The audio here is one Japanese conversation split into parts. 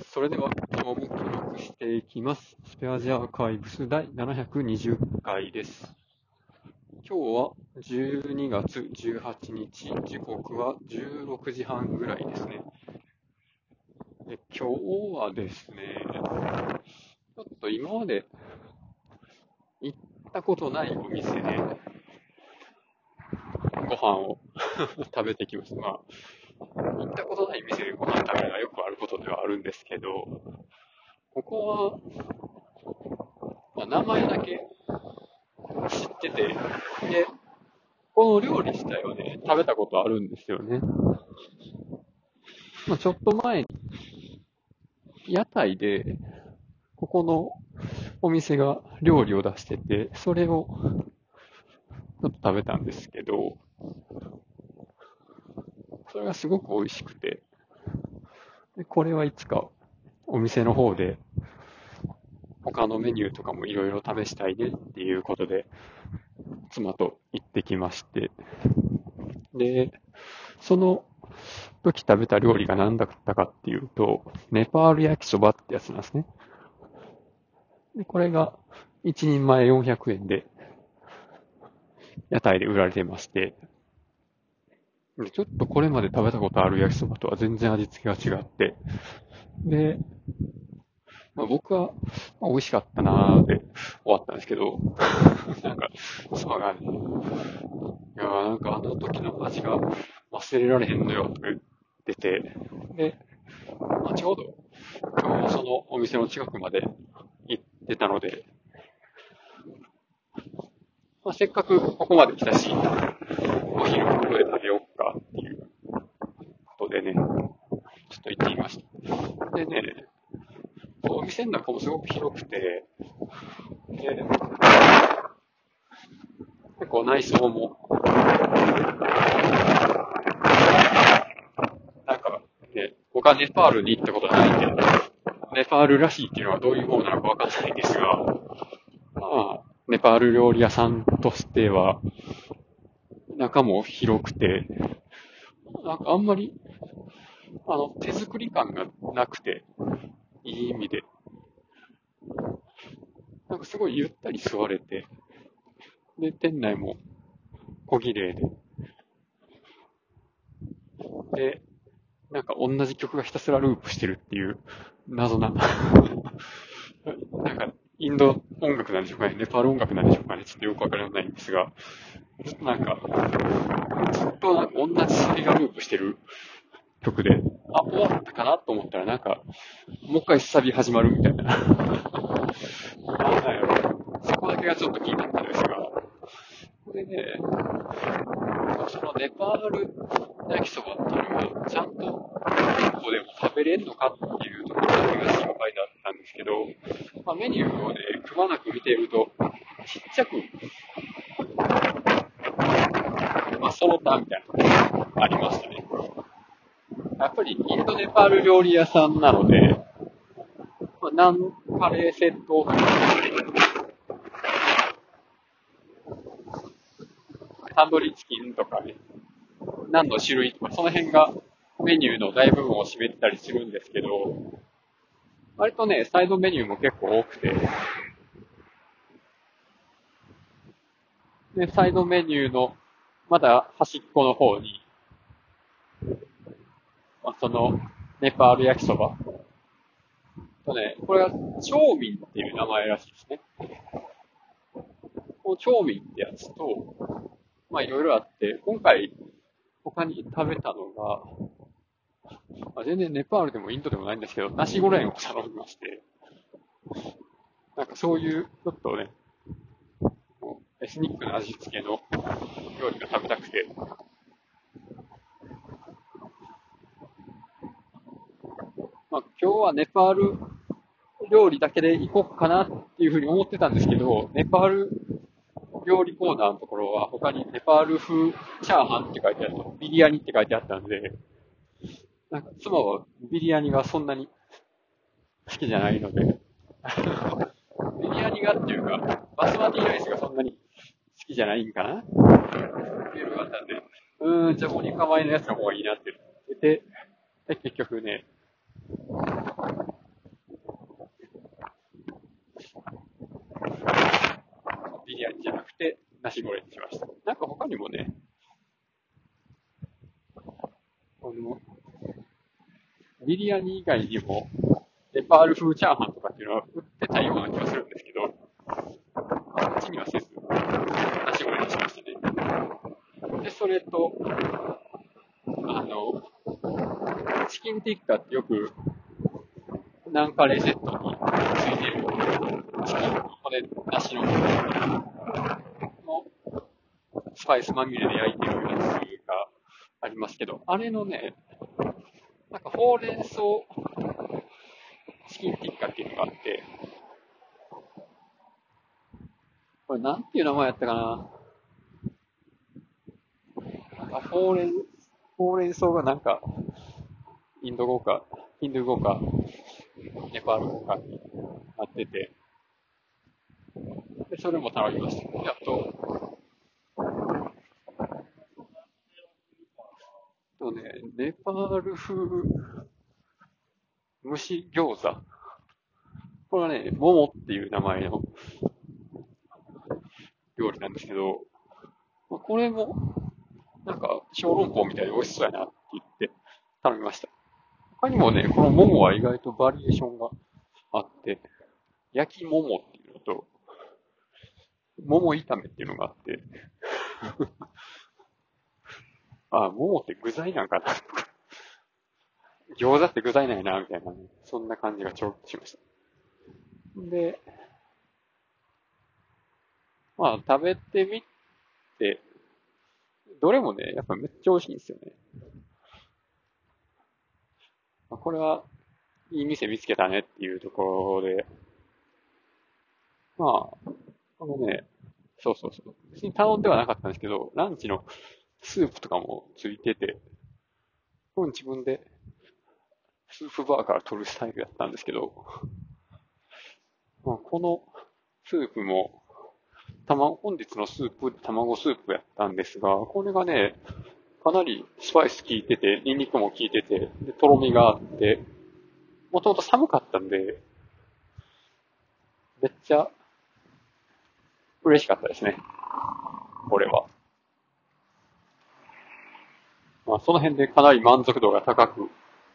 それでは今日も記録していきます。スペアジアーカイブス第720回です。今日は12月18日、時刻は16時半ぐらいですね。今日はですね、ちょっと今まで行ったことないお店でご飯を食べてきました。行ったことない店でご飯食べるのはよくあることではあるんですけど、ここは、名前だけ知ってて、で、この料理自体はね、食べたことあるんですよね。ちょっと前に、屋台で、ここのお店が料理を出してて、それをちょっと食べたんですけど、それがすごく美味しくて、でこれはいつかお店の方で他のメニューとかもいろいろ試したいねっていうことで、妻と行ってきまして、で、その時食べた料理が何だったかっていうと、ネパール焼きそばってやつなんですね。で、これが1人前400円で屋台で売られてまして、でちょっとこれまで食べたことある焼きそばとは全然味付けが違って、で、僕は、美味しかったなーで終わったんですけど、なんか、妻がね、いやーなんかあの時の味が忘れられへんのよとか言ってて、で、ちょうど今日もそのお店の近くまで行ってたので、せっかくここまで来たし、お昼ここで食べようかっていうことでね、ちょっと行ってみました。でね、お店の中もすごく広くて、で、結構内装も、なんかね、僕はネパールに行ったことないんで、ネパールらしいっていうのはどういうものなのかわからないんですが、ネパール料理屋さんとしては、中も広くて、なんかあんまり、手作り感がなくて、いい意味で、なんかすごいゆったり座れて、で、店内も小綺麗で、なんか同じ曲がひたすらループしてるっていう謎な、なんかインド音楽なんでしょうかね、ネパール音楽なんでしょうかね、ちょっとよくわからないんですが、なんか、ずっとなんか同じサビがループしてる曲で、終わったかなと思ったらなんか、もう一回サビ始まるみたいな。なんやろ、そこだけがちょっと気になったんですが、これね、そのネパール焼きそばっていうのが、ちゃんと店舗でも食べれるのかっていうところだけが心配だったんですけど、メニューをね、くまなく見ていると、ちっちゃく、その他みたいなのがありましたね。やっぱりインドネパール料理屋さんなので、ナンカレーセットとか、タンドリーチキンとかね、ナンの種類とか、その辺がメニューの大部分を占めてたりするんですけど、割とね、サイドメニューも結構多くて、で、サイドメニューのまだ端っこの方に、そのネパール焼きそばとね、これは超民っていう名前らしいですね。この超民ってやつと、いろいろあって、今回他に食べたのが、全然ネパールでもインドでもないんですけど、ナシゴレンを頼みまして、なんかそういう、ちょっとね、エスニックな味付けの料理が食べたくて、今日はネパール料理だけで行こうかなっていうふうに思ってたんですけど、ネパール料理コーナーのところは他にネパール風チャーハンって書いてあった、ビリヤニって書いてあったんで、なんか妻はビリヤニがそんなに好きじゃないので、ビリヤニがっていうか、バスマティライスがそんなに好きじゃないんかなっていうのがあったんで、ジャポニカ米のやつの方がいいなって言って、で結局ね、 シゴレンにしました。なんか他にもね、あの、ビリヤニ以外にも、ネパール風チャーハンとかっていうのは売ってたような気がするんですけど、こっちにはせず、ナシゴレンにしましたね。で、それと、あの、チキンティッカってよく、ナンカレーセットについてる、チキンの骨なしのスパイスまみれで焼いてるやつがありますけど、あれのね、なんかほうれん草チキンティッカっていうのがあって、これなんていう名前やったかな。なんかほうれん草がなんか、インド語か、ヒンドゥー語か、ネパール語かになってて、でそれも頼みました。あとね、ネパール風蒸し餃子。これはね、モモっていう名前の料理なんですけど、これも、なんか、小籠包みたいで美味しそうやなって言って頼みました。他にもね、このモモは意外とバリエーションがあって、焼きモモっていうのと、モモ炒めっていうのがあって、あ、モモって具材なんかなとか、餃子って具材ないな、みたいな、ね、そんな感じがちょっとしました。で、まあ、食べてみて、どれもね、やっぱめっちゃ美味しいんですよね。まあ、これは、いい店見つけたねっていうところで、まあ、このね、そうそうそう。別に頼んではなかったんですけど、ランチのスープとかもついてて、これ自分でスープバーから取るスタイルだったんですけど、まあ、このスープも、本日のスープ、卵スープやったんですが、これがね、かなりスパイス効いてて、ニンニクも効いてて、で、とろみがあって、もともと寒かったんで、めっちゃ嬉しかったですね、これは。まあ、その辺でかなり満足度が高く、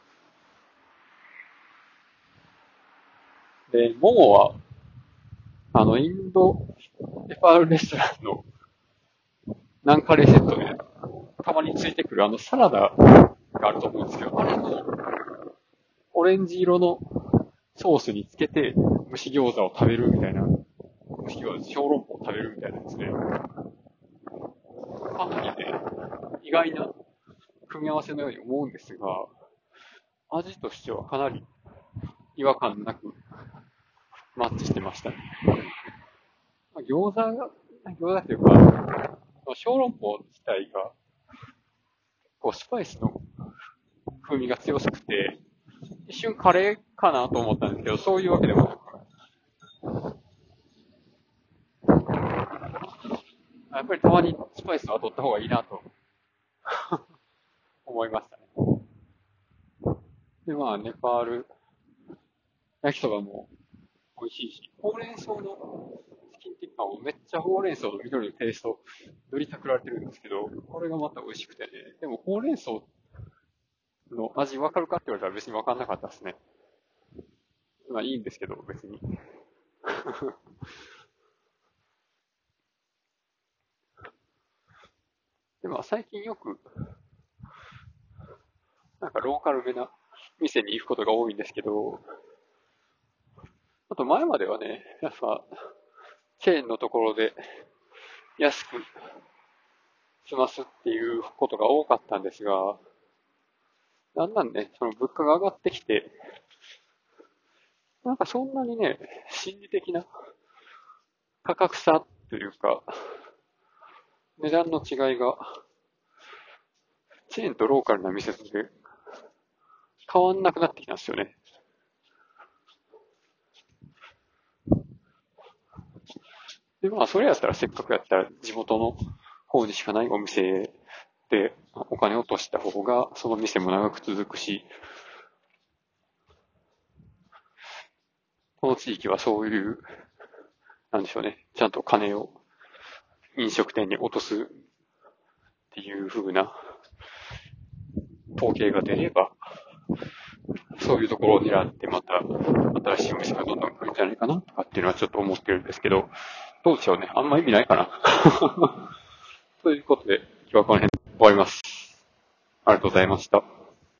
で、モモは、インド、ネパールレストランのナンカレーセットで、たまについてくるサラダがあると思うんですけど、あれのオレンジ色のソースにつけて蒸し餃子を食べるみたいな、蒸し餃子、小籠包を食べるみたいなですね、かなりね、意外な組み合わせのように思うんですが、味としてはかなり違和感なくマッチしてましたね。餃子っていうか、小籠包自体が、こう、スパイスの風味が強すぎて、一瞬カレーかなと思ったんですけど、そういうわけでもなく、やっぱりたまにスパイスは取った方がいいなと思いましたね。で、まあ、ネパール焼きそばも美味しいし、ほうれん草のチキンティッカもめっちゃほうれん草の緑のテイスト、塗りたくられてるんですけど、これがまた美味しくてね。でもほうれん草の味わかるかって言われたら別にわかんなかったですね。まあいいんですけど、別に。でも最近よく、なんかローカルめな店に行くことが多いんですけど、あと前まではね、やっぱ、チェーンのところで安く済ますっていうことが多かったんですが、だんだんね、その物価が上がってきて、なんかそんなにね、心理的な価格差というか、値段の違いが、チェーンとローカルな店で変わんなくなってきたんですよね。で、まあ、それやったらせっかくやったら地元の方にしかないお店でお金を落とした方が、その店も長く続くし、この地域はそういう、なんでしょうね、ちゃんと金を飲食店に落とすっていう風な統計が出れば、そういうところを狙ってまた新しいお店がどんどん来るんじゃないかなとかっていうのはちょっと思ってるんですけど、どうでしょうね。あんま意味ないかな。ということで、今日はこの辺で終わります。ありがとうございました。